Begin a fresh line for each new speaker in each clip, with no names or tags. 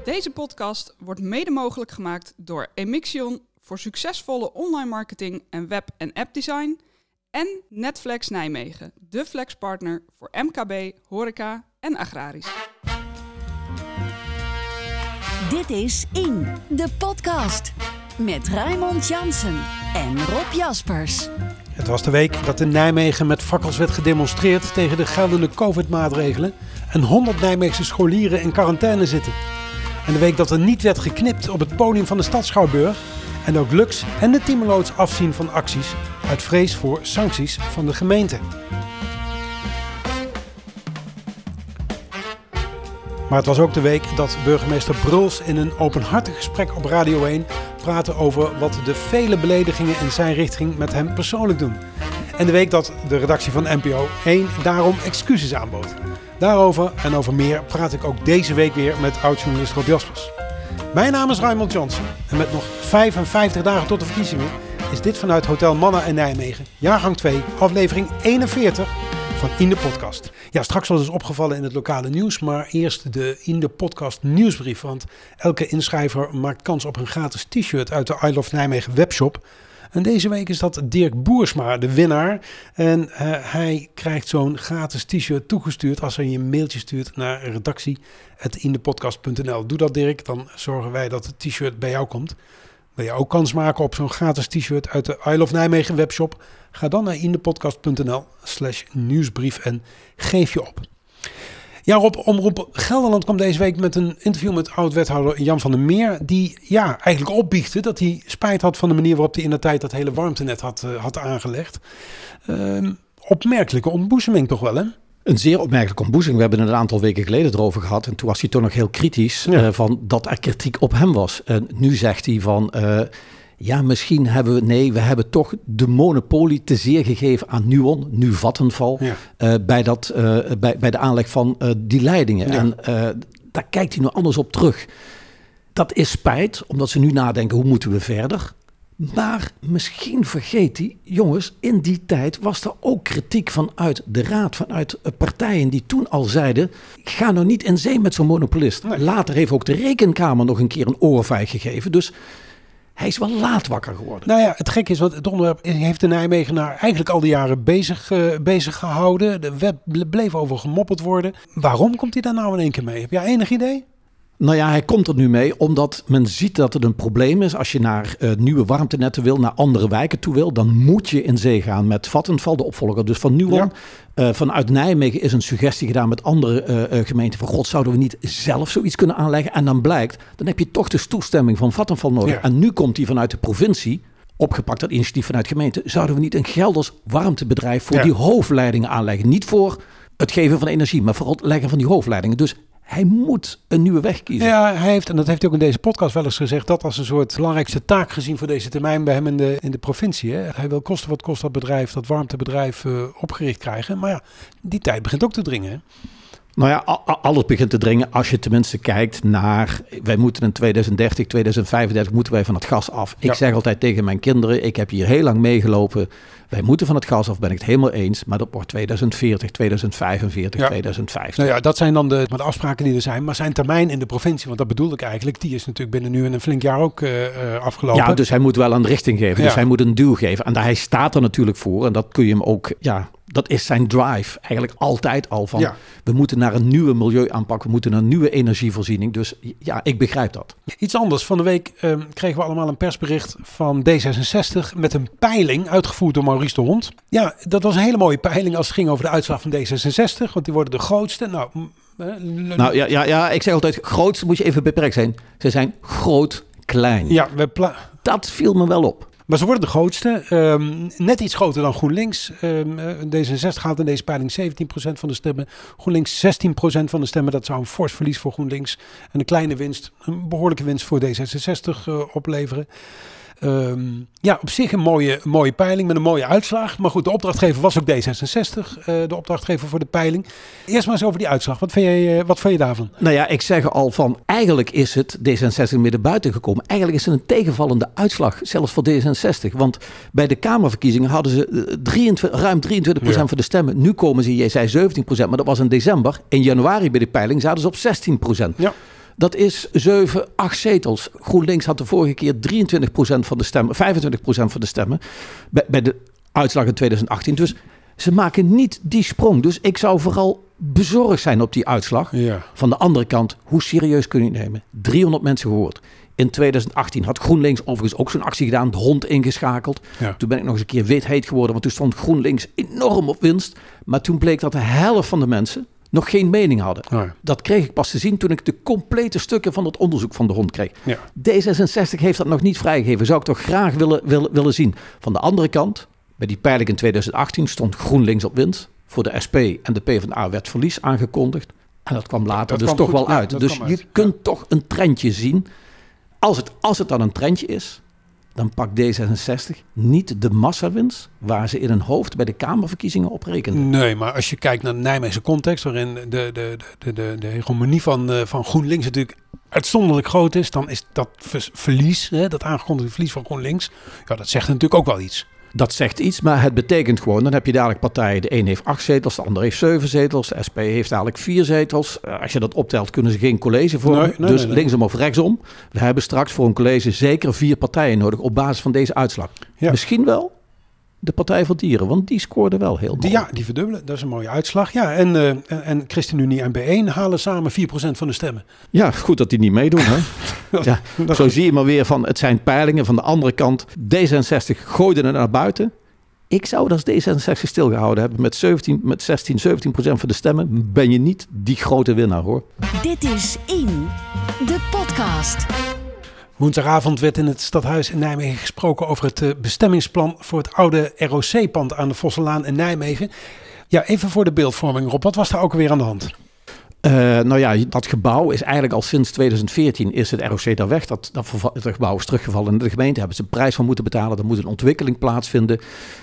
Deze podcast wordt mede mogelijk gemaakt door Emixion voor succesvolle online marketing en web- en appdesign en Netflex Nijmegen, de flexpartner voor MKB, horeca en agrarisch.
Dit is In, de podcast. Met Raymond Jansen en Rob Jaspers.
Het was de week dat in Nijmegen met fakkels werd gedemonstreerd tegen de geldende COVID-maatregelen en 100 Nijmeegse scholieren in quarantaine zitten. En de week dat er niet werd geknipt op het podium van de stad Schouwburg en ook Lux en de teamloods afzien van acties uit vrees voor sancties van de gemeente. Maar het was ook de week dat burgemeester Bruls in een openhartig gesprek op Radio 1 praatte over wat de vele beledigingen in zijn richting met hem persoonlijk doen. En de week dat de redactie van NPO 1 daarom excuses aanbood. Daarover en over meer praat ik ook deze week weer met oud-journalist Rob Jaspers. Mijn naam is Raymond Jansen en met nog 55 dagen tot de verkiezingen is dit vanuit Hotel Manna in Nijmegen, jaargang 2, aflevering 41 van In de Podcast. Ja, straks was het opgevallen in het lokale nieuws, maar eerst de In de Podcast nieuwsbrief. Want elke inschrijver maakt kans op een gratis t-shirt uit de I Love Nijmegen webshop. En deze week is dat Dirk Boersma, de winnaar. En hij krijgt zo'n gratis t-shirt toegestuurd als hij je een mailtje stuurt naar redactie@indepodcast.nl. Doe dat, Dirk, dan zorgen wij dat het t-shirt bij jou komt. Wil je ook kans maken op zo'n gratis t-shirt uit de I Love Nijmegen webshop? Ga dan naar indepodcast.nl/nieuwsbrief en geef je op. Ja, Rob, Omroep Gelderland kwam deze week met een interview met oud-wethouder Jan van der Meer. Die eigenlijk opbiechte dat hij spijt had van de manier waarop hij indertijd dat hele warmtenet had aangelegd. Opmerkelijke ontboezeming toch wel, hè?
Een zeer opmerkelijke ontboezeming. We hebben het een aantal weken geleden erover gehad. En toen was hij toch nog heel kritisch van dat er kritiek op hem was. En nu zegt hij van... misschien hebben we hebben toch de monopolie te zeer gegeven aan Nuon, nu Vattenfall, bij de aanleg van die leidingen. Ja. En daar kijkt hij nu anders op terug. Dat is spijt, omdat ze nu nadenken, hoe moeten we verder? Maar misschien vergeet hij, jongens, in die tijd was er ook kritiek vanuit de raad, vanuit partijen die toen al zeiden, ga nou niet in zee met zo'n monopolist. Nee. Later heeft ook de Rekenkamer nog een keer een oorvijg gegeven, dus... Hij is wel laat wakker geworden.
Nou ja, het gekke is, want het onderwerp heeft de Nijmegenaar eigenlijk al die jaren bezig gehouden. Er bleef over gemoppeld worden. Waarom komt hij daar nou in één keer mee? Heb jij enig idee?
Nou ja, hij komt er nu mee omdat men ziet dat het een probleem is. Als je naar nieuwe warmtenetten wil, naar andere wijken toe wil, dan moet je in zee gaan met Vattenfall, de opvolger dus van Nuon. Ja. Vanuit Nijmegen is een suggestie gedaan met andere gemeenten van god, zouden we niet zelf zoiets kunnen aanleggen? En dan blijkt, dan heb je toch de toestemming van Vattenfall nodig. Ja. En nu komt die vanuit de provincie, opgepakt dat initiatief vanuit gemeente, zouden we niet een Gelders warmtebedrijf voor die hoofdleidingen aanleggen? Niet voor het geven van energie, maar voor het leggen van die hoofdleidingen. Dus hij moet een nieuwe weg kiezen.
Ja, hij heeft, en dat heeft hij ook in deze podcast wel eens gezegd, dat als een soort belangrijkste taak gezien voor deze termijn bij hem in de provincie. Hè. Hij wil kosten wat kost dat bedrijf, dat warmtebedrijf opgericht krijgen. Maar ja, die tijd begint ook te dringen. Hè.
Nou ja, alles begint te dringen als je tenminste kijkt naar... Wij moeten in 2030, 2035 moeten wij van het gas af. Ik zeg altijd tegen mijn kinderen, ik heb hier heel lang meegelopen. Wij moeten van het gas af, ben ik het helemaal eens. Maar dat wordt 2040, 2045, 2050.
Nou ja, dat zijn dan de afspraken die er zijn. Maar zijn termijn in de provincie, want dat bedoelde ik eigenlijk... die is natuurlijk binnen nu en een flink jaar ook afgelopen.
Ja, dus hij moet wel een richting geven. Ja. Dus hij moet een duw geven. En hij staat er natuurlijk voor. En dat kun je hem ook... Dat is zijn drive eigenlijk altijd al van... We moeten naar een nieuwe milieuaanpak. We moeten naar een nieuwe energievoorziening. Dus ja, ik begrijp dat.
Iets anders. Van de week kregen we allemaal een persbericht van D66... met een peiling uitgevoerd door Maurice de Hond. Ja, dat was een hele mooie peiling als het ging over de uitslag van D66. Want die worden de grootste.
Ik zeg altijd, grootste moet je even beperkt zijn. Ze zijn groot-klein.
Ja,
dat viel me wel op.
Maar ze worden de grootste, net iets groter dan GroenLinks. D66 haalt in deze peiling 17% van de stemmen. GroenLinks 16% van de stemmen. Dat zou een fors verlies voor GroenLinks. En een kleine winst, een behoorlijke winst voor D66 opleveren. Op zich een mooie peiling met een mooie uitslag. Maar goed, de opdrachtgever was ook D66, de opdrachtgever voor de peiling. Eerst maar eens over die uitslag. Wat vind je daarvan?
Nou ja, ik zeg al van, eigenlijk is het D66 midden buiten gekomen. Eigenlijk is het een tegenvallende uitslag, zelfs voor D66. Want bij de Kamerverkiezingen hadden ze ruim 23% van de stemmen. Nu komen ze, jij zei 17%, maar dat was in december. In januari bij de peiling zaten ze op 16%. Ja. Dat is 7, 8 zetels. GroenLinks had de vorige keer 23% van de stemmen, 25% van de stemmen bij de uitslag in 2018. Dus ze maken niet die sprong. Dus ik zou vooral bezorgd zijn op die uitslag.
Ja.
Van de andere kant, hoe serieus kun je het nemen? 300 mensen gehoord. In 2018 had GroenLinks overigens ook zo'n actie gedaan. De hond ingeschakeld.
Ja.
Toen ben ik nog eens een keer wit heet geworden. Want toen stond GroenLinks enorm op winst. Maar toen bleek dat de helft van de mensen nog geen mening hadden.
Oh ja.
Dat kreeg ik pas te zien toen ik de complete stukken van het onderzoek van de hond kreeg.
Ja.
D66 heeft dat nog niet vrijgegeven. Zou ik toch graag willen zien. Van de andere kant, bij die peiling in 2018 stond GroenLinks op winst. Voor de SP en de PvdA werd verlies aangekondigd. En dat kwam later
Dat
dus
kwam
toch
goed,
wel
ja,
uit.
dat
Dus
kwam
je
uit.
kunt toch een trendje zien. Als het dan een trendje is, dan pakt D66 niet de massawinst waar ze in hun hoofd bij de Kamerverkiezingen op rekenden.
Nee, maar als je kijkt naar de Nijmeegse context, waarin de hegemonie van GroenLinks natuurlijk uitzonderlijk groot is, dan is dat verlies, dat aangekondigde verlies van GroenLinks, ja, dat zegt natuurlijk ook wel iets.
Dat zegt iets, maar het betekent gewoon, dan heb je dadelijk partijen, de een heeft 8 zetels, de ander heeft 7 zetels, de SP heeft dadelijk 4 zetels. Als je dat optelt, kunnen ze geen college vormen.
Nee,
dus
nee.
linksom of rechtsom. We hebben straks voor een college zeker 4 partijen nodig op basis van deze uitslag.
Ja.
Misschien wel de Partij voor Dieren, want die scoorde wel heel mooi.
Die verdubbelen, dat is een mooie uitslag. Ja, en ChristenUnie en B1 halen samen 4% van de stemmen.
Ja, goed dat die niet meedoen. Hè? Ja, zo zie je maar weer van, het zijn peilingen. Van de andere kant, D66 gooide het naar buiten. Ik zou dat als D66 stilgehouden hebben met 16, 17% van de stemmen. Ben je niet die grote winnaar, hoor.
Dit is In, de podcast.
Woensdagavond werd in het stadhuis in Nijmegen gesproken over het bestemmingsplan voor het oude ROC-pand aan de Vossenlaan in Nijmegen. Ja, even voor de beeldvorming, Rob. Wat was daar ook weer aan de hand?
Nou ja, dat gebouw is eigenlijk al sinds 2014 is het ROC daar weg. Dat gebouw is teruggevallen in de gemeente. Hebben ze een prijs van moeten betalen. Er moet een ontwikkeling plaatsvinden.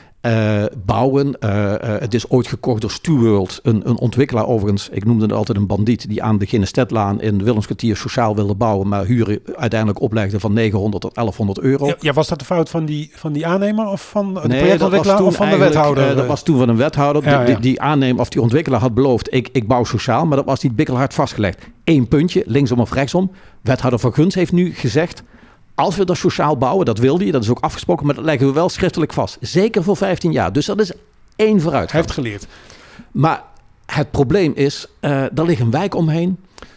Bouwen. Het is ooit gekocht door StuWorld, een ontwikkelaar overigens. Ik noemde het altijd een bandiet die aan de Ginnestedlaan in Willemskwartier sociaal wilde bouwen, maar huren uiteindelijk oplegde van 900 tot 1100 euro.
Ja, was dat de fout van die aannemer of van de
Nee,
projectontwikkelaar of van de wethouder?
Dat was toen van een wethouder.
Ja.
Die aannemer of die ontwikkelaar had beloofd, ik bouw sociaal, maar dat was niet bikkelhard vastgelegd. 1 puntje, linksom of rechtsom. Wethouder Van Guns heeft nu gezegd, als we dat sociaal bouwen, dat wilde hij, dat is ook afgesproken, maar dat leggen we wel schriftelijk vast. Zeker voor 15 jaar. Dus dat is 1 vooruitgang.
Hij heeft geleerd.
Maar het probleem is, er ligt een wijk omheen.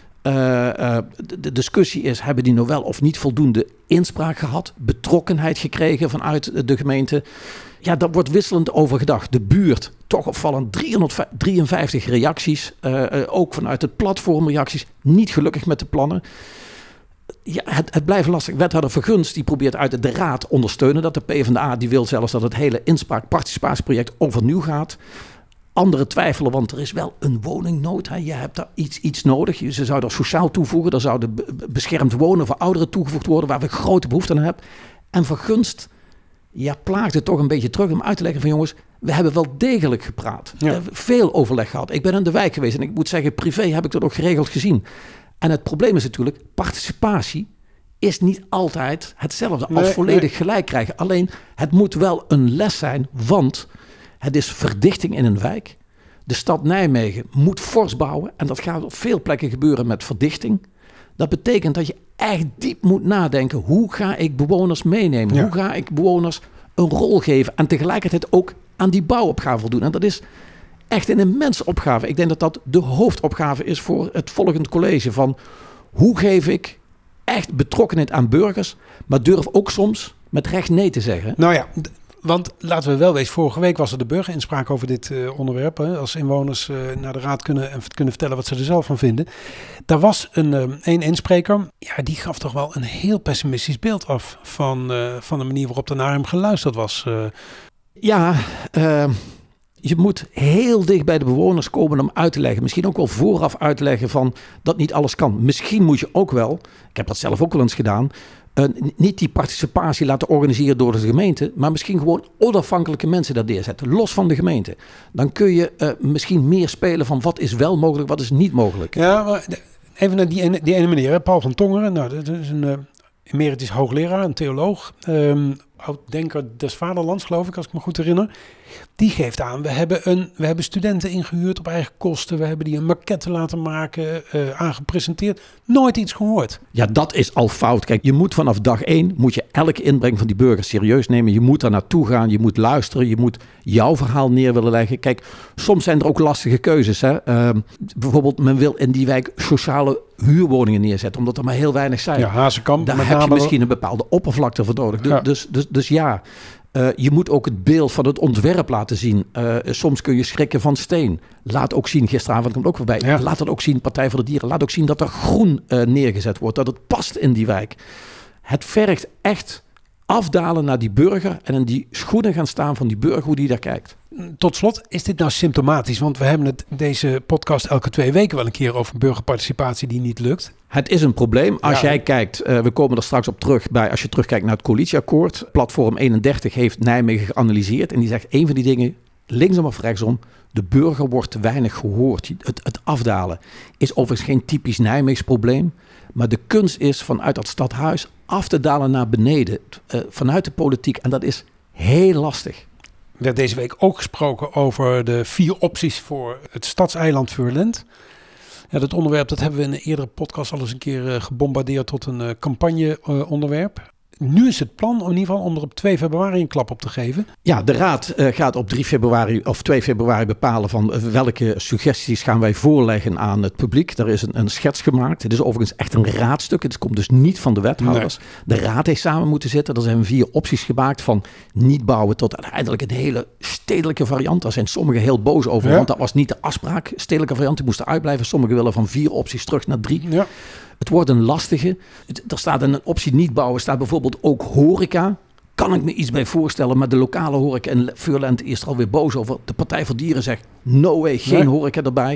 De discussie is, hebben die nou wel of niet voldoende inspraak gehad? Betrokkenheid gekregen vanuit de gemeente? Ja, daar wordt wisselend over gedacht. De buurt, toch opvallend, 353 reacties. Ook vanuit het platform reacties. Niet gelukkig met de plannen. Ja, het blijft lastig. Wethouder Vergunst die probeert uit de raad ondersteunen dat de PvdA die wil zelfs dat het hele inspraak-participatieproject overnieuw gaat. Anderen twijfelen, want er is wel een woningnood. Hè. Je hebt daar iets nodig. Ze zouden er sociaal toevoegen. Er zouden beschermd wonen voor ouderen toegevoegd worden waar we grote behoefte aan hebben. En Vergunst plaagt het toch een beetje terug om uit te leggen van jongens, we hebben wel degelijk gepraat.
Ja.
Veel overleg gehad. Ik ben in de wijk geweest en ik moet zeggen, privé heb ik dat ook geregeld gezien. En het probleem is natuurlijk, participatie is niet altijd hetzelfde als volledig gelijk krijgen. Alleen, het moet wel een les zijn, want het is verdichting in een wijk. De stad Nijmegen moet fors bouwen en dat gaat op veel plekken gebeuren met verdichting. Dat betekent dat je echt diep moet nadenken, hoe ga ik bewoners meenemen?
Ja.
Hoe ga ik bewoners een rol geven en tegelijkertijd ook aan die bouwopgave voldoen? En dat is echt een immense opgave. Ik denk dat dat de hoofdopgave is voor het volgende college. Van hoe geef ik echt betrokkenheid aan burgers, maar durf ook soms met recht nee te zeggen.
Nou ja, want laten we wel wezen, vorige week was er de burgerinspraak over dit onderwerp. Hè, als inwoners naar de raad kunnen vertellen wat ze er zelf van vinden. Daar was een inspreker, ja, die gaf toch wel een heel pessimistisch beeld af van de manier waarop er naar hem geluisterd was.
Je moet heel dicht bij de bewoners komen om uit te leggen. Misschien ook wel vooraf uit te leggen van dat niet alles kan. Misschien moet je ook wel, ik heb dat zelf ook wel eens gedaan, niet die participatie laten organiseren door de gemeente, maar misschien gewoon onafhankelijke mensen daar neerzetten, los van de gemeente. Dan kun je misschien meer spelen van wat is wel mogelijk, wat is niet mogelijk.
Ja, maar even naar die ene meneer, Paul van Tongeren. Nou, dat is een emeritus hoogleraar, een theoloog. oud-denker des Vaderlands, geloof ik, als ik me goed herinner. Die geeft aan, we hebben studenten ingehuurd op eigen kosten. We hebben die een maquette laten maken, aangepresenteerd. Nooit iets gehoord.
Ja, dat is al fout. Kijk, je moet vanaf dag 1 moet je elke inbreng van die burgers serieus nemen. Je moet daar naartoe gaan, je moet luisteren, je moet jouw verhaal neer willen leggen. Kijk, soms zijn er ook lastige keuzes. Hè? Bijvoorbeeld, men wil in die wijk sociale huurwoningen neerzetten, omdat er maar heel weinig zijn.
Ja, Hazekamp.
Daar heb je misschien een bepaalde oppervlakte voor nodig.
Ja.
Dus ja, je moet ook het beeld van het ontwerp laten zien. Soms kun je schrikken van steen. Laat ook zien, gisteravond komt ook voorbij. Ja. Laat het ook zien, Partij voor de Dieren. Laat ook zien dat er groen neergezet wordt. Dat het past in die wijk. Het vergt echt afdalen naar die burger en in die schoenen gaan staan van die burger, hoe die daar kijkt.
Tot slot, is dit nou symptomatisch? Want we hebben het deze podcast elke 2 weken wel een keer over burgerparticipatie die niet lukt.
Het is een probleem. Als jij kijkt, we komen er straks op terug bij, als je terugkijkt naar het coalitieakkoord. Platform 31 heeft Nijmegen geanalyseerd en die zegt een van die dingen, linksom of rechtsom, de burger wordt te weinig gehoord. Het afdalen is overigens geen typisch Nijmeegs probleem. Maar de kunst is vanuit dat stadhuis af te dalen naar beneden. Vanuit de politiek. En dat is heel lastig.
Er werd deze week ook gesproken over de 4 opties voor het stadseiland Furland. Ja, dat onderwerp dat hebben we in een eerdere podcast al eens een keer gebombardeerd tot een campagneonderwerp. Nu is het plan in ieder geval om er op 2 februari een klap op te geven.
Ja, de Raad gaat op 3 februari of 2 februari bepalen van welke suggesties gaan wij voorleggen aan het publiek. Er is een schets gemaakt. Het is overigens echt een raadstuk. Het komt dus niet van de wethouders. Nee. De Raad heeft samen moeten zitten. Er zijn 4 opties gemaakt van niet bouwen tot uiteindelijk een hele stedelijke variant. Daar zijn sommigen heel boos over, want dat was niet de afspraak. Stedelijke varianten moesten uitblijven. Sommigen willen van 4 opties terug naar 3. Ja. Het wordt een lastige. Er staat een optie niet bouwen. Staat bijvoorbeeld ook horeca. Kan ik me iets bij voorstellen. Maar de lokale horeca in Furland is er alweer boos over. De Partij voor Dieren zegt no way, geen horeca erbij.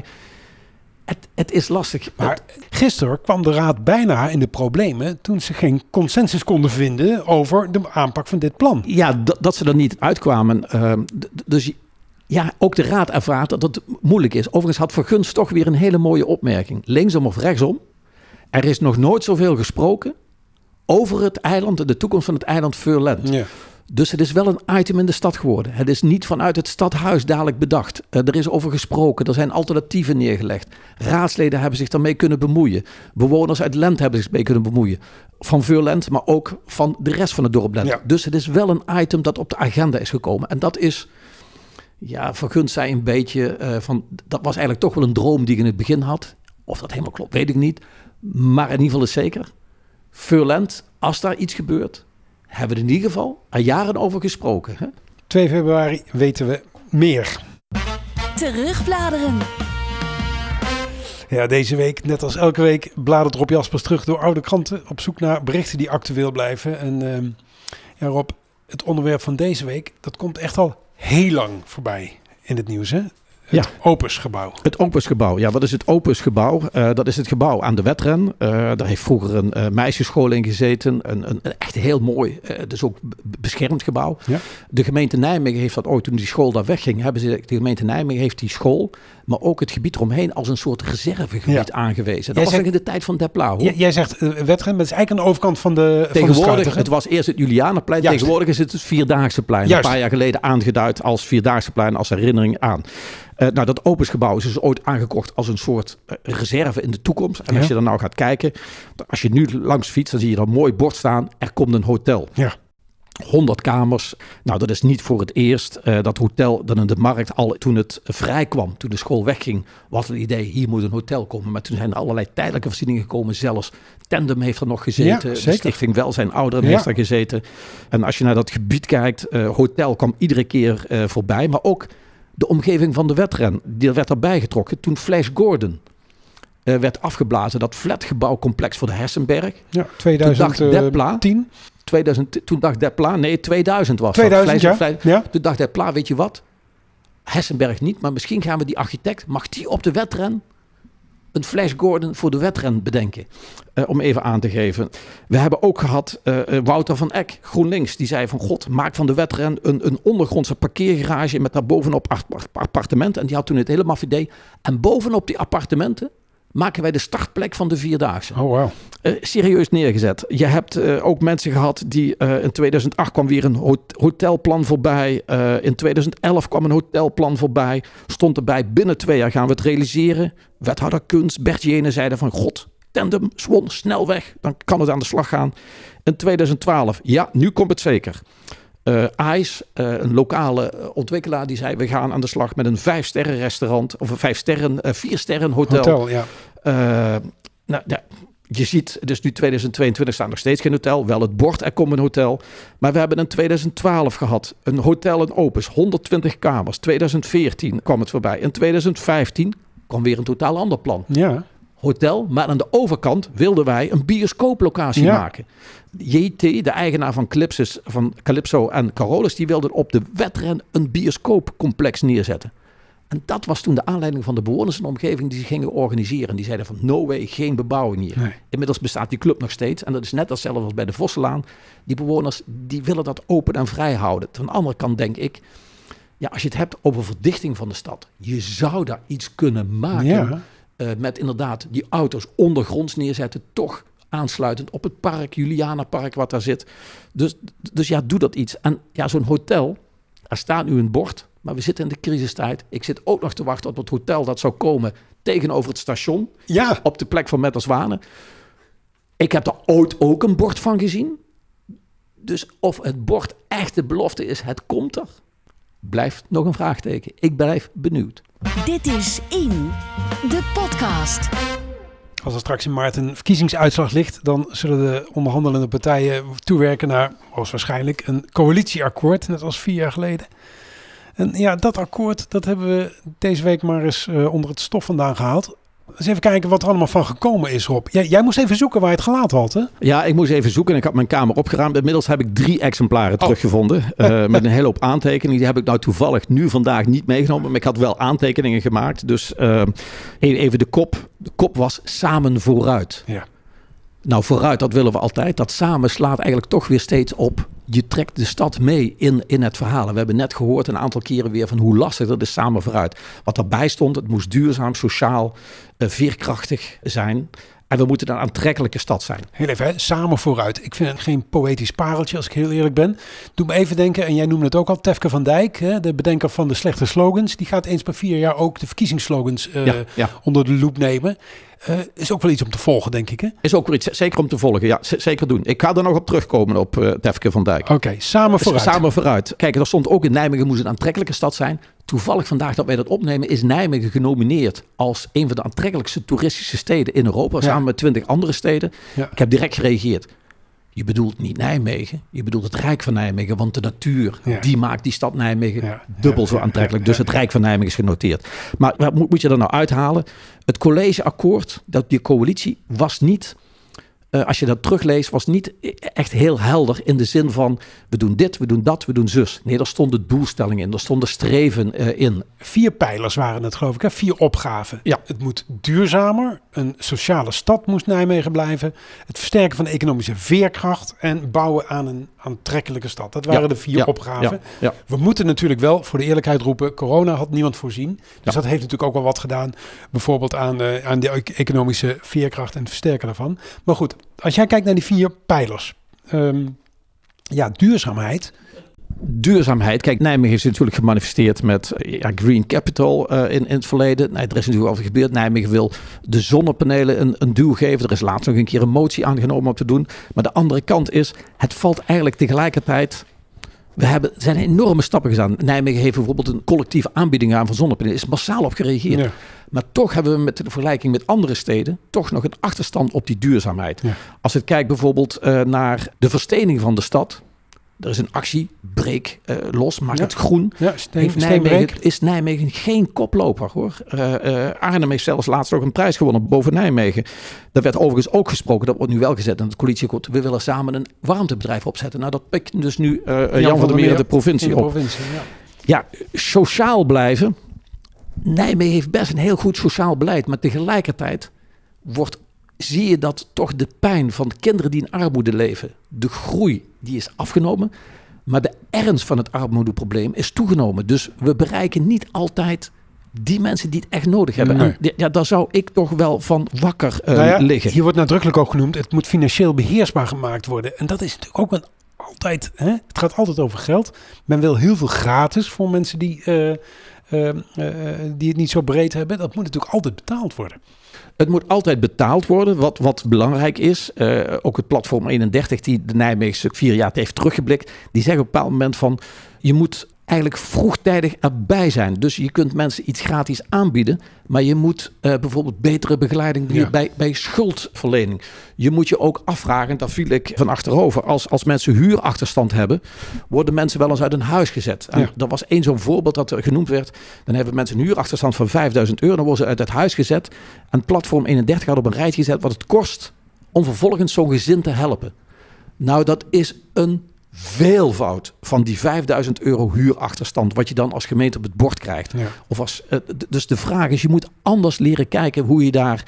Het is lastig.
Maar gisteren kwam de Raad bijna in de problemen toen ze geen consensus konden vinden over de aanpak van dit plan.
Ja, dat ze er niet uitkwamen. Dus ja, ook de Raad ervaart dat het moeilijk is. Overigens had Vergunst toch weer een hele mooie opmerking. Linksom of rechtsom. Er is nog nooit zoveel gesproken over het eiland, de toekomst van het eiland Furland. Ja. Dus het is wel een item in de stad geworden. Het is niet vanuit het stadhuis dadelijk bedacht. Er is over gesproken, er zijn alternatieven neergelegd. Raadsleden hebben zich daarmee kunnen bemoeien. Bewoners uit Lent hebben zich mee kunnen bemoeien. Van Furland, maar ook van de rest van het dorp Lent. Ja. Dus het is wel een item dat op de agenda is gekomen. En dat is, ja, Vergunst zei een beetje van, dat was eigenlijk toch wel een droom die ik in het begin had. Of dat helemaal klopt, weet ik niet. Maar in ieder geval is zeker, Furland, als daar iets gebeurt, hebben we er in ieder geval al jaren over gesproken. Hè?
2 februari weten we meer.
Terugbladeren.
Ja, deze week, net als elke week, bladert Rob Jaspers terug door oude kranten op zoek naar berichten die actueel blijven. En ja, Rob, het onderwerp van deze week, dat komt echt al heel lang voorbij in het nieuws, hè? Het Opusgebouw.
Het Opusgebouw. Ja, wat is het Opusgebouw? Dat is het gebouw aan de Wetren. Daar heeft vroeger een meisjesschool in gezeten. Een echt heel mooi, dus ook beschermd gebouw. Ja. De gemeente Nijmegen heeft dat ooit, toen die school daar wegging, de gemeente Nijmegen heeft die school, maar ook het gebied eromheen als een soort reservegebied aangewezen. Dat was in de tijd van Depla, hoor.
Jij zegt Wetren, maar het is eigenlijk aan de overkant van de
tegenwoordig, het was eerst het Julianenplein. Juist. Tegenwoordig is het het Vierdaagse-plein. Juist. Een paar jaar geleden aangeduid als Vierdaagse-plein, als herinnering aan. Nou, dat Opusgebouw is dus ooit aangekocht als een soort reserve in de toekomst. En als je dan nou gaat kijken, als je nu langs fietst, dan zie je er een mooi bord staan. Er komt een hotel. Ja. 100 kamers. Nou, dat is niet voor het eerst. Dat hotel dan in de markt al toen het vrij kwam, toen de school wegging, was het idee, hier moet een hotel komen. Maar toen zijn er allerlei tijdelijke voorzieningen gekomen. Zelfs Tandem heeft er nog gezeten. Ja, de Stichting Welzijn Ouderen heeft er gezeten. En als je naar dat gebied kijkt, hotel kwam iedere keer voorbij. Maar ook de omgeving van de Wetren, die werd erbij getrokken toen Flash Gordon werd afgeblazen. Dat flatgebouwcomplex voor de Hessenberg.
Ja, 2010.
Toen dacht Depla, nee, 2000 was
2000,
dat. Ja. Toen dacht Depla, weet je wat? Hessenberg niet, maar misschien gaan we die architect, mag die op de Wetren een Flash Gordon voor de Wetren bedenken? Om even aan te geven. We hebben ook gehad Wouter van Eck, GroenLinks, die zei van god, maak van de Wetren een ondergrondse parkeergarage met daarbovenop appartementen. En die had toen het hele maf idee. En bovenop die appartementen maken wij de startplek van de Vierdaagse.
Oh, wow.
Serieus neergezet. Je hebt ook mensen gehad die in 2008 kwam weer een hotelplan voorbij. In 2011 kwam een hotelplan voorbij. Stond erbij, binnen 2 jaar gaan we het realiseren. Wethouder Kunst, Bert Jene zeiden van god, tandem, Zwon, snel weg. Dan kan het aan de slag gaan. In 2012, ja, nu komt het zeker. IJs, een lokale ontwikkelaar, die zei we gaan aan de slag met een 5-sterren restaurant of een 4-sterren hotel. Ja. Je ziet, dus nu 2022 staat nog steeds geen hotel. Wel het bord, er komt een hotel. Maar we hebben in 2012 gehad een hotel in Opus, 120 kamers. 2014 kwam het voorbij. In 2015 kwam weer een totaal ander plan.
Ja.
Hotel, maar aan de overkant wilden wij een bioscooplocatie maken. JT, de eigenaar van Calypso en Carolus, die wilden op de Wetren een bioscoopcomplex neerzetten. En dat was toen de aanleiding van de bewoners in de omgeving die zich gingen organiseren. Die zeiden van no way, geen bebouwing hier. Nee. Inmiddels bestaat die club nog steeds. En dat is net hetzelfde als bij de Vosselaan. Die bewoners die willen dat open en vrij houden. Van de andere kant denk ik, ja, als je het hebt over verdichting van de stad. Je zou daar iets kunnen maken. Ja. Met inderdaad die auto's ondergronds neerzetten. Toch aansluitend op het park, Julianapark wat daar zit. Dus ja, doe dat iets. En ja, zo'n hotel, er staat nu een bord. Maar we zitten in de crisistijd. Ik zit ook nog te wachten op het hotel dat zou komen tegenover het station. Ja. Op de plek van Metterswane. Ik heb daar ooit ook een bord van gezien. Dus of het bord echt de belofte is, het komt er, blijft nog een vraagteken. Ik blijf benieuwd.
Dit is In, de podcast.
Als er straks in maart een verkiezingsuitslag ligt, dan zullen de onderhandelende partijen toewerken naar, waarschijnlijk, een coalitieakkoord, net als 4 jaar geleden. En ja, dat akkoord, dat hebben we deze week maar eens onder het stof vandaan gehaald. Eens even kijken wat er allemaal van gekomen is, Rob. Jij moest even zoeken waar je het gelaten had, hè?
Ja, ik moest even zoeken en ik had mijn kamer opgeruimd. Inmiddels heb ik 3 exemplaren teruggevonden met een hele hoop aantekeningen. Die heb ik nou toevallig nu vandaag niet meegenomen, maar ik had wel aantekeningen gemaakt. Dus even de kop. De kop was samen vooruit. Ja. Nou, vooruit, dat willen we altijd. Dat samen slaat eigenlijk toch weer steeds op. Je trekt de stad mee in het verhaal. We hebben net gehoord een aantal keren weer van hoe lastig dat is samen vooruit. Wat erbij stond, het moest duurzaam, sociaal, veerkrachtig zijn. En we moeten een aantrekkelijke stad zijn.
Heel even, hè? Samen vooruit. Ik vind het geen poëtisch pareltje, als ik heel eerlijk ben. Doe me even denken, en jij noemde het ook al, Tefke van Dijk, hè, de bedenker van de slechte slogans. Die gaat eens per 4 jaar ook de verkiezingsslogans onder de loep nemen. Is ook wel iets om te volgen, denk ik, hè?
Is ook weer iets zeker om te volgen, ja, zeker doen. Ik ga er nog op terugkomen op Tefke van Dijk.
Oké, samen vooruit.
Samen vooruit. Kijk, er stond ook in Nijmegen moest een aantrekkelijke stad zijn. Toevallig vandaag dat wij dat opnemen is Nijmegen genomineerd als een van de aantrekkelijkste toeristische steden in Europa. Samen met 20 andere steden. Ja. Ik heb direct gereageerd. Je bedoelt niet Nijmegen, je bedoelt het Rijk van Nijmegen. Want de natuur, die maakt die stad Nijmegen dubbel zo aantrekkelijk. Dus het Rijk van Nijmegen is genoteerd. Maar wat moet je er nou uithalen? Het collegeakkoord, die coalitie, was niet, als je dat terugleest, was niet echt heel helder in de zin van we doen dit, we doen dat, we doen zus. Nee, daar stonden doelstellingen in, daar stonden streven in.
4 pijlers waren het, geloof ik, hè? 4 opgaven. Ja. Het moet duurzamer, een sociale stad moest Nijmegen blijven, het versterken van de economische veerkracht en bouwen aan een aantrekkelijke stad. Dat waren de 4 opgaven. Ja. We moeten natuurlijk wel voor de eerlijkheid roepen, corona had niemand voorzien. Dus dat heeft natuurlijk ook wel wat gedaan, bijvoorbeeld aan de economische veerkracht en het versterken daarvan. Maar goed, als jij kijkt naar die 4 pijlers, duurzaamheid.
Duurzaamheid. Kijk, Nijmegen is natuurlijk gemanifesteerd met Green Capital in het verleden. Nee, er is natuurlijk al gebeurd. Nijmegen wil de zonnepanelen een duw geven. Er is laatst nog een keer een motie aangenomen om te doen. Maar de andere kant is, het valt eigenlijk tegelijkertijd. Er zijn enorme stappen gedaan. Nijmegen heeft bijvoorbeeld een collectieve aanbieding aan van zonnepanelen. Is massaal op gereageerd. Ja. Maar toch hebben we met de vergelijking met andere steden toch nog een achterstand op die duurzaamheid. Ja. Als je kijkt bijvoorbeeld naar de verstening van de stad. Er is een actie, breek los, maak het groen. Ja, is Nijmegen geen koploper, hoor. Arnhem heeft zelfs laatst ook een prijs gewonnen boven Nijmegen. Daar werd overigens ook gesproken, dat wordt nu wel gezet in het coalitieakkoord. We willen samen een warmtebedrijf opzetten. Nou, dat pikt dus nu Jan van der Meer de provincie op. Ja, sociaal blijven. Nijmegen heeft best een heel goed sociaal beleid, maar tegelijkertijd zie je dat toch de pijn van kinderen die in armoede leven, de groei, die is afgenomen. Maar de ernst van het armoedeprobleem is toegenomen. Dus we bereiken niet altijd die mensen die het echt nodig hebben.
Nee.
En daar zou ik toch wel van wakker liggen.
Hier wordt nadrukkelijk ook genoemd, het moet financieel beheersbaar gemaakt worden. En dat is natuurlijk ook altijd, hè? Het gaat altijd over geld. Men wil heel veel gratis voor mensen die het niet zo breed hebben. Dat moet natuurlijk altijd betaald worden.
Het moet altijd betaald worden, wat belangrijk is. Ook het platform 31, die de Nijmeegse 4 jaar heeft teruggeblikt, die zeggen op een bepaald moment van, je moet eigenlijk vroegtijdig erbij zijn. Dus je kunt mensen iets gratis aanbieden, maar je moet bijvoorbeeld betere begeleiding doen bij schuldverlening. Je moet je ook afvragen, daar viel ik van achterover, als mensen huurachterstand hebben, worden mensen wel eens uit een huis gezet. En er was één zo'n voorbeeld dat er genoemd werd. Dan hebben mensen een huurachterstand van €5.000, dan worden ze uit het huis gezet. En platform 31 had op een rijtje gezet wat het kost om vervolgens zo'n gezin te helpen. Nou, dat is een veelvoud van die €5.000 huurachterstand, wat je dan als gemeente op het bord krijgt. Ja. Dus de vraag is, je moet anders leren kijken hoe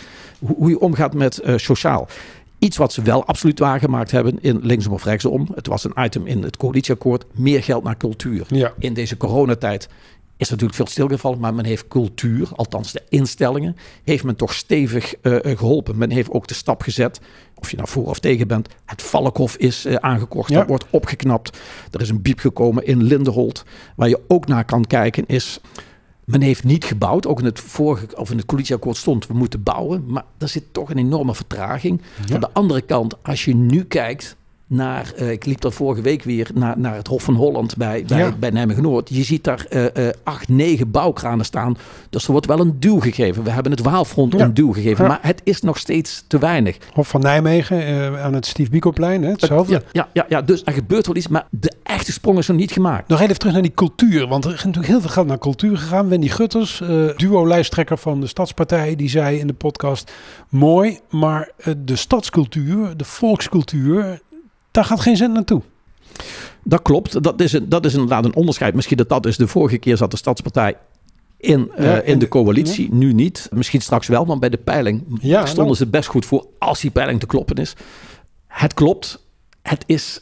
je omgaat met sociaal. Iets wat ze wel absoluut waargemaakt hebben in linksom of rechtsom. Het was een item in het coalitieakkoord. Meer geld naar cultuur. Ja. In deze coronatijd is natuurlijk veel stilgevallen, maar men heeft cultuur, althans de instellingen, heeft men toch stevig geholpen. Men heeft ook de stap gezet, of je nou voor of tegen bent. Het Valkhof is aangekocht, dat wordt opgeknapt. Er is een biep gekomen in Lindenholt. Waar je ook naar kan kijken is, men heeft niet gebouwd. Ook in het coalitieakkoord stond, we moeten bouwen. Maar er zit toch een enorme vertraging. Ja. Van de andere kant, als je nu kijkt naar, ik liep daar vorige week weer naar het Hof van Holland bij Nijmegen-Noord. Je ziet daar 8, 9 bouwkranen staan. Dus er wordt wel een duw gegeven. We hebben het Waalfront een duw gegeven. Ja. Maar het is nog steeds te weinig.
Hof van Nijmegen aan het Stief Bicoplein, hetzelfde.
Ja, dus er gebeurt wel iets. Maar de echte sprong is nog niet gemaakt.
Nog even terug naar die cultuur. Want er is natuurlijk heel veel geld naar cultuur gegaan. Wendy Gutters, duo-lijsttrekker van de Stadspartij, die zei in de podcast, mooi, maar de stadscultuur, de volkscultuur, daar gaat geen cent naartoe.
Dat klopt. Dat is inderdaad een onderscheid. Misschien dat is de vorige keer zat de Stadspartij in de coalitie. Ja. Nu niet. Misschien straks wel, want bij de peiling stonden ze best goed voor als die peiling te kloppen is. Het klopt. Het is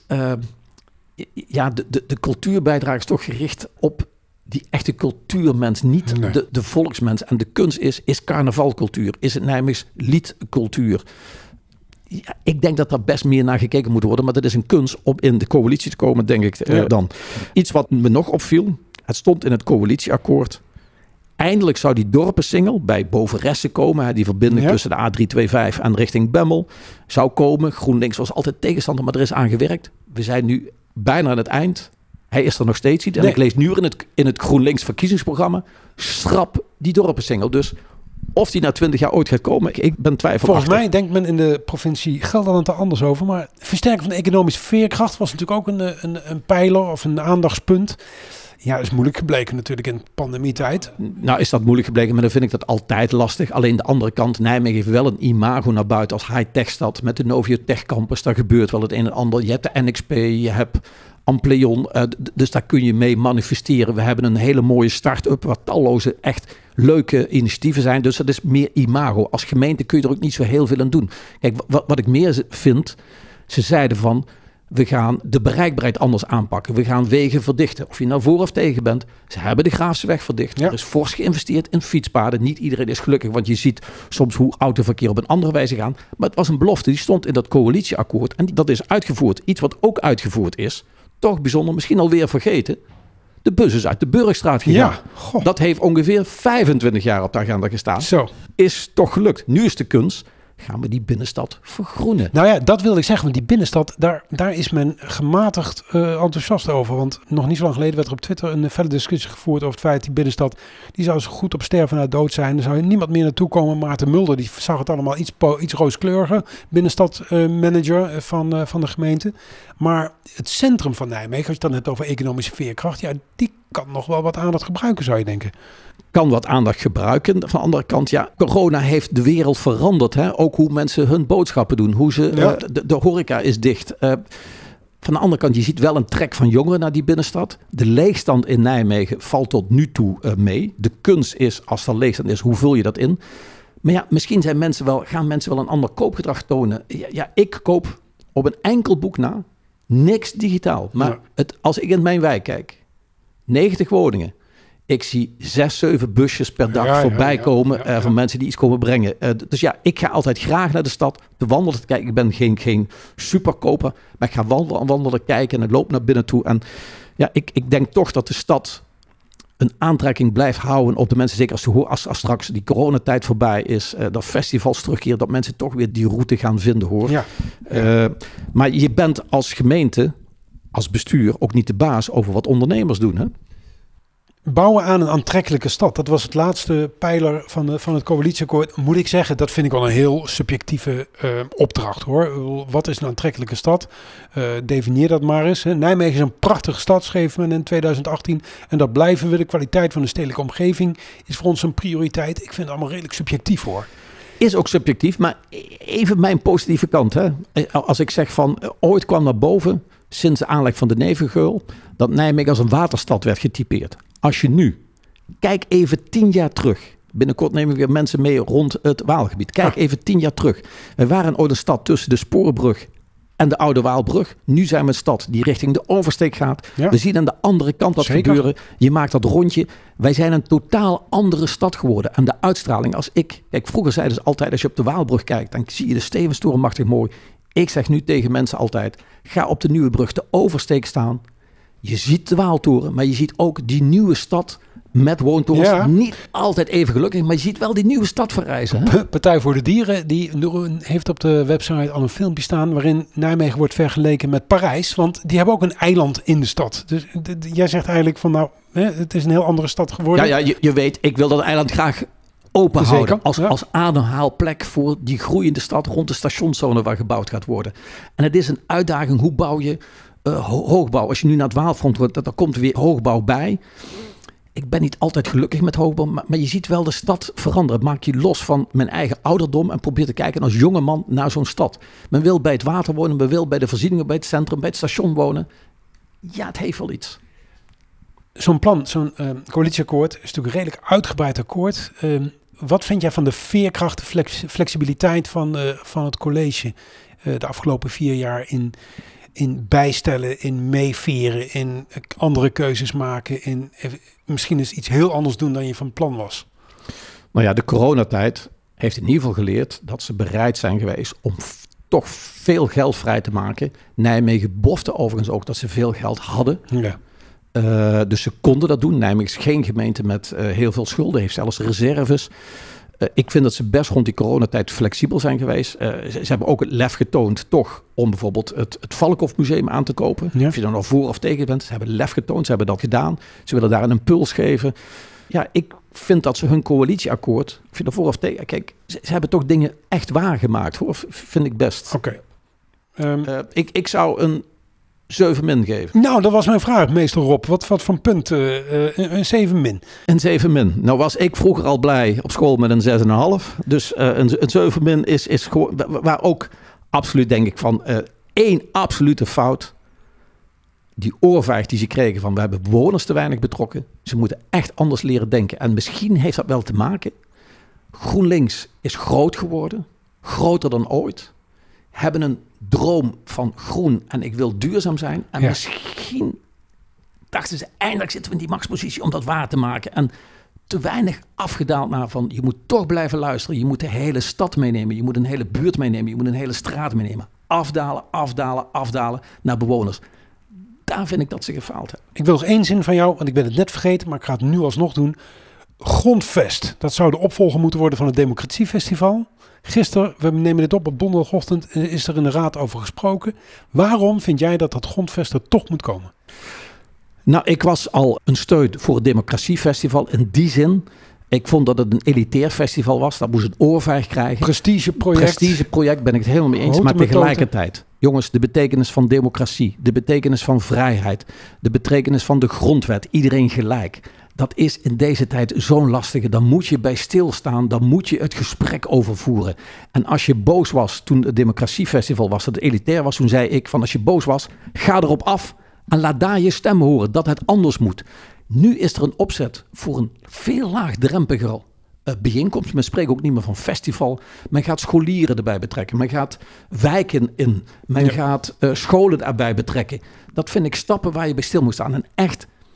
de cultuurbijdrage is toch gericht op die echte cultuurmens, niet de volksmens. En de kunst is carnavalcultuur. Is het Nijmeegs liedcultuur. Ja, ik denk dat daar best meer naar gekeken moet worden. Maar dat is een kunst om in de coalitie te komen, denk ik dan. Iets wat me nog opviel. Het stond in het coalitieakkoord. Eindelijk zou die dorpensingel bij Bovenressen komen. Die verbinding tussen de A325 en richting Bemmel zou komen. GroenLinks was altijd tegenstander, maar er is aan gewerkt. We zijn nu bijna aan het eind. Hij is er nog steeds niet. En ik lees nu in het GroenLinks verkiezingsprogramma, schrap die dorpensingel. Dus of die na 20 jaar ooit gaat komen, ik ben twijfelachtig.
Volgens mij denkt men in de provincie Gelderland er anders over. Maar versterken van de economische veerkracht was natuurlijk ook een pijler of een aandachtspunt. Ja, dat is moeilijk gebleken natuurlijk in pandemietijd.
Nou is dat moeilijk gebleken, maar dan vind ik dat altijd lastig. Alleen de andere kant, Nijmegen heeft wel een imago naar buiten als high-tech stad. Met de Novio Tech Campus, daar gebeurt wel het een en ander. Je hebt de NXP, je hebt Ampleon, dus daar kun je mee manifesteren. We hebben een hele mooie start-up waar talloze echt leuke initiatieven zijn. Dus dat is meer imago. Als gemeente kun je er ook niet zo heel veel aan doen. Kijk, wat ik meer vind, ze zeiden van, we gaan de bereikbaarheid anders aanpakken. We gaan wegen verdichten. Of je nou voor of tegen bent. Ze hebben de Graafse weg verdicht. Ja. Er is fors geïnvesteerd in fietspaden. Niet iedereen is gelukkig, want je ziet soms hoe autoverkeer op een andere wijze gaan. Maar het was een belofte, die stond in dat coalitieakkoord. En dat is uitgevoerd. Iets wat ook uitgevoerd is, toch bijzonder, misschien alweer vergeten. De bus is uit de Burgstraat gegaan. Ja, dat heeft ongeveer 25 jaar op de agenda gestaan.
Zo.
Is toch gelukt. Nu is de kunst, gaan we die binnenstad vergroenen.
Nou ja, dat wilde ik zeggen. Want die binnenstad, daar is men gematigd enthousiast over. Want nog niet zo lang geleden werd er op Twitter een felle discussie gevoerd over het feit, die binnenstad, die zou zo goed op sterven na dood zijn. Er zou niemand meer naartoe komen. Maarten Mulder, die zag het allemaal iets rooskleuriger. Binnenstadmanager van de gemeente. Maar het centrum van Nijmegen, als je het dan hebt over economische veerkracht, ja, die kan nog wel wat aandacht gebruiken, zou je denken.
Kan wat aandacht gebruiken. Van de andere kant, ja, corona heeft de wereld veranderd. Hè? Ook hoe mensen hun boodschappen doen. Hoe ze, de horeca is dicht. Van de andere kant, je ziet wel een trek van jongeren naar die binnenstad. De leegstand in Nijmegen valt tot nu toe mee. De kunst is, als er leegstand is, hoe vul je dat in? Maar ja, misschien gaan mensen wel een ander koopgedrag tonen. Ja, ik koop op een enkel boek na niks digitaal. Maar als ik in mijn wijk kijk, 90 woningen. Ik zie 6, 7 busjes per dag voorbij komen van mensen die iets komen brengen. Dus ja, ik ga altijd graag naar de stad te wandelen. Kijk, ik ben geen superkoper, maar ik ga wandelen, kijken en ik loop naar binnen toe. En ja, ik denk toch dat de stad een aantrekking blijft houden op de mensen. Zeker als straks die coronatijd voorbij is, dat festivals terugkeren, dat mensen toch weer die route gaan vinden, hoor. Ja. Maar je bent als gemeente, als bestuur, ook niet de baas over wat ondernemers doen, hè?
Bouwen aan een aantrekkelijke stad. Dat was het laatste pijler van het coalitieakkoord. Moet ik zeggen, dat vind ik wel een heel subjectieve opdracht, hoor. Wat is een aantrekkelijke stad? Definieer dat maar eens. Hè. Nijmegen is een prachtige stad, schreef men in 2018. En dat blijven we. De kwaliteit van de stedelijke omgeving is voor ons een prioriteit. Ik vind het allemaal redelijk subjectief, hoor.
Is ook subjectief, maar even mijn positieve kant. Hè. Als ik zeg van, ooit kwam naar boven, sinds de aanleg van de Nevengeul, dat Nijmegen als een waterstad werd getypeerd. Als je nu, kijk even 10 jaar terug. Binnenkort nemen we weer mensen mee rond het Waalgebied. Kijk even 10 jaar terug. Wij waren ooit een stad tussen de Sporenbrug en de Oude Waalbrug. Nu zijn we een stad die richting de oversteek gaat. Ja. We zien aan de andere kant dat gebeuren. Je maakt dat rondje. Wij zijn een totaal andere stad geworden. En de uitstraling als ik... Kijk, vroeger zeiden ze altijd, als je op de Waalbrug kijkt, dan zie je de Stevenstoren machtig mooi. Ik zeg nu tegen mensen altijd, ga op de Nieuwe Brug, de oversteek staan. Je ziet de Waaltoren, maar je ziet ook die nieuwe stad met woontorens. Ja. Niet altijd even gelukkig, maar je ziet wel die nieuwe stad verrijzen. Hè?
Partij voor de Dieren die heeft op de website al een filmpje staan waarin Nijmegen wordt vergeleken met Parijs. Want die hebben ook een eiland in de stad. Dus jij zegt eigenlijk van nou, het is een heel andere stad geworden.
Ja, je weet, ik wil dat eiland graag open houden. Als ademhaalplek voor die groeiende stad rond de stationszone waar gebouwd gaat worden. En het is een uitdaging, hoe bouw je hoogbouw. Als je nu naar het Waalfront wordt, daar komt weer hoogbouw bij. Ik ben niet altijd gelukkig met hoogbouw, maar je ziet wel de stad veranderen. Maak je los van mijn eigen ouderdom en probeer te kijken als jonge man naar zo'n stad. Men wil bij het water wonen, men wil bij de voorzieningen, bij het centrum, bij het station wonen. Ja, het heeft wel iets.
Zo'n plan, zo'n coalitieakkoord is natuurlijk een redelijk uitgebreid akkoord. Wat vind jij van de veerkracht, de flexibiliteit van het college de afgelopen 4 jaar in bijstellen, in meeveren, in andere keuzes maken, in misschien eens iets heel anders doen dan je van plan was?
Nou ja, de coronatijd heeft in ieder geval geleerd dat ze bereid zijn geweest om toch veel geld vrij te maken. Nijmegen belofte overigens ook dat ze veel geld hadden. Ja. Dus ze konden dat doen. Nijmegen is geen gemeente met heel veel schulden, heeft zelfs reserves. Ik vind dat ze best rond die coronatijd flexibel zijn geweest. Ze hebben ook het lef getoond toch om bijvoorbeeld het Valkhof Museum aan te kopen. Ja. Of je er nou voor of tegen bent. Ze hebben lef getoond, ze hebben dat gedaan. Ze willen daar een impuls geven. Ja, ik vind dat ze hun coalitieakkoord, of je er voor of tegen... Kijk, ze hebben toch dingen echt waargemaakt, hoor. Vind ik best.
Oké.
Ik zou een 7 min geven.
Nou, dat was mijn vraag, meester Rob. Wat voor punt? Een 7 min?
Een 7 min. Nou was ik vroeger al blij op school met een 6,5. Dus een 7 min is gewoon... Waar ook absoluut denk ik van 1 absolute fout. Die oorvijg die ze kregen van we hebben bewoners te weinig betrokken. Ze moeten echt anders leren denken. En misschien heeft dat wel te maken. GroenLinks is groot geworden. Groter dan ooit. Hebben een droom van groen en ik wil duurzaam zijn. En misschien dachten ze eindelijk zitten we in die machtspositie om dat waar te maken. En te weinig afgedaald naar van je moet toch blijven luisteren. Je moet de hele stad meenemen. Je moet een hele buurt meenemen. Je moet een hele straat meenemen. Afdalen naar bewoners. Daar vind ik dat ze gefaald hebben.
Ik wil nog 1 zin van jou, want ik ben het net vergeten, maar ik ga het nu alsnog doen. Grondvest, dat zou de opvolger moeten worden van het Democratiefestival. Gisteren, we nemen dit op donderdagochtend, is er in de raad over gesproken. Waarom vind jij dat grondvest er toch moet komen?
Nou, ik was al een steun voor het Democratiefestival in die zin. Ik vond dat het een elitair festival was. Dat moest een oorvijg krijgen. Prestigeproject, ben ik het helemaal mee eens. Maar tegelijkertijd, jongens, de betekenis van democratie, de betekenis van vrijheid, de betekenis van de grondwet, iedereen gelijk. Dat is in deze tijd zo'n lastige. Dan moet je bij stilstaan. Dan moet je het gesprek overvoeren. En als je boos was toen het Democratiefestival was, dat het elitair was, toen zei ik van als je boos was, ga erop af en laat daar je stem horen dat het anders moet. Nu is er een opzet voor een veel laagdrempeliger bijeenkomst. Men spreekt ook niet meer van festival. Men gaat scholieren erbij betrekken. Men gaat wijken in. Men gaat scholen erbij betrekken. Dat vind ik stappen waar je bij stil moet staan. En echt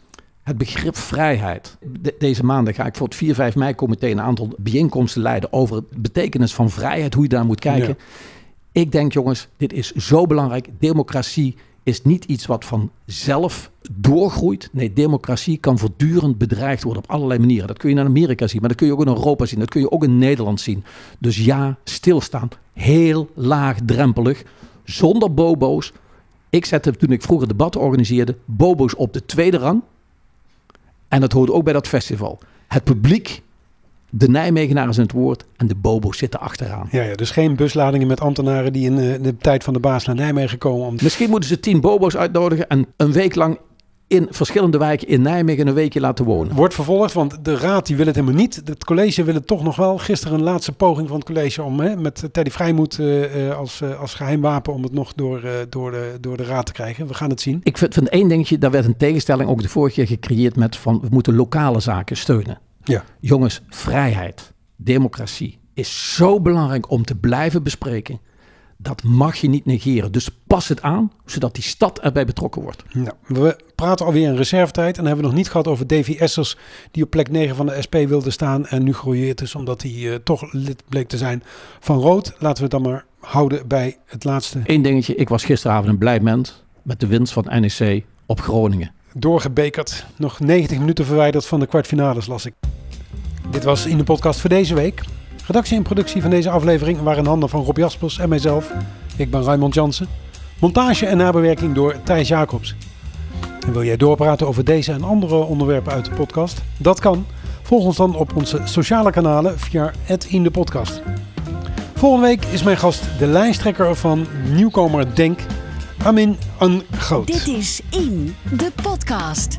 Het begrip vrijheid. Deze maanden ga ik voor het 4-5 mei comité een aantal bijeenkomsten leiden over de betekenis van vrijheid, hoe je daar moet kijken. Ja. Ik denk, jongens, dit is zo belangrijk. Democratie is niet iets wat vanzelf doorgroeit. Nee, democratie kan voortdurend bedreigd worden op allerlei manieren. Dat kun je in Amerika zien, maar dat kun je ook in Europa zien. Dat kun je ook in Nederland zien. Dus ja, stilstaan. Heel laagdrempelig. Zonder bobo's. Ik zette, toen ik vroeger debatten organiseerde, bobo's op de tweede rang. En dat hoort ook bij dat festival. Het publiek, de Nijmegenaren zijn het woord en de bobo's zitten achteraan.
Ja, dus geen busladingen met ambtenaren die in de tijd van de baas naar Nijmegen komen.
Misschien moeten ze 10 bobo's uitnodigen en een week lang in verschillende wijken in Nijmegen een weekje laten wonen.
Wordt vervolgd, want de raad die wil het helemaal niet. Het college wil het toch nog wel. Gisteren een laatste poging van het college om met Teddy Vrijmoed als geheim wapen om het nog door de raad te krijgen. We gaan het zien.
Ik vind één dingetje, daar werd een tegenstelling ook de vorige keer gecreëerd met van we moeten lokale zaken steunen.
Ja.
Jongens, vrijheid, democratie is zo belangrijk om te blijven bespreken. Dat mag je niet negeren. Dus pas het aan, zodat die stad erbij betrokken wordt.
Nou, we praten alweer in reservetijd. En dan hebben we nog niet gehad over Davy Essers, die op plek 9 van de SP wilde staan. En nu groeieert is omdat hij toch lid bleek te zijn van Rood. Laten we het dan maar houden bij het laatste.
Eén dingetje, ik was gisteravond een blij mens met de winst van NEC op Groningen.
Doorgebekerd. Nog 90 minuten verwijderd van de kwartfinales, las ik. Dit was in de podcast voor deze week. Redactie en productie van deze aflevering waren in handen van Rob Jaspers en mijzelf. Ik ben Raymond Jansen. Montage en nabewerking door Thijs Jacobs. En wil jij doorpraten over deze en andere onderwerpen uit de podcast? Dat kan. Volg ons dan op onze sociale kanalen via @indepodcast. Volgende week is mijn gast de lijsttrekker van nieuwkomer Denk, Amin Angroot.
Dit is In de Podcast.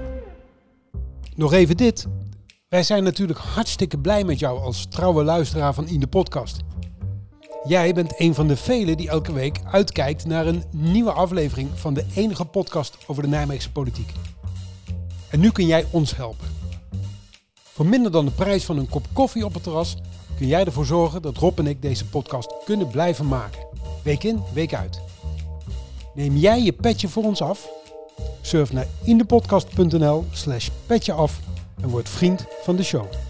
Nog even dit. Wij zijn natuurlijk hartstikke blij met jou als trouwe luisteraar van In de Podcast. Jij bent een van de velen die elke week uitkijkt naar een nieuwe aflevering van de enige podcast over de Nijmeegse politiek. En nu kun jij ons helpen. Voor minder dan de prijs van een kop koffie op het terras kun jij ervoor zorgen dat Rob en ik deze podcast kunnen blijven maken. Week in, week uit. Neem jij je petje voor ons af? Surf naar indepodcast.nl/petjeaf en word vriend van de show.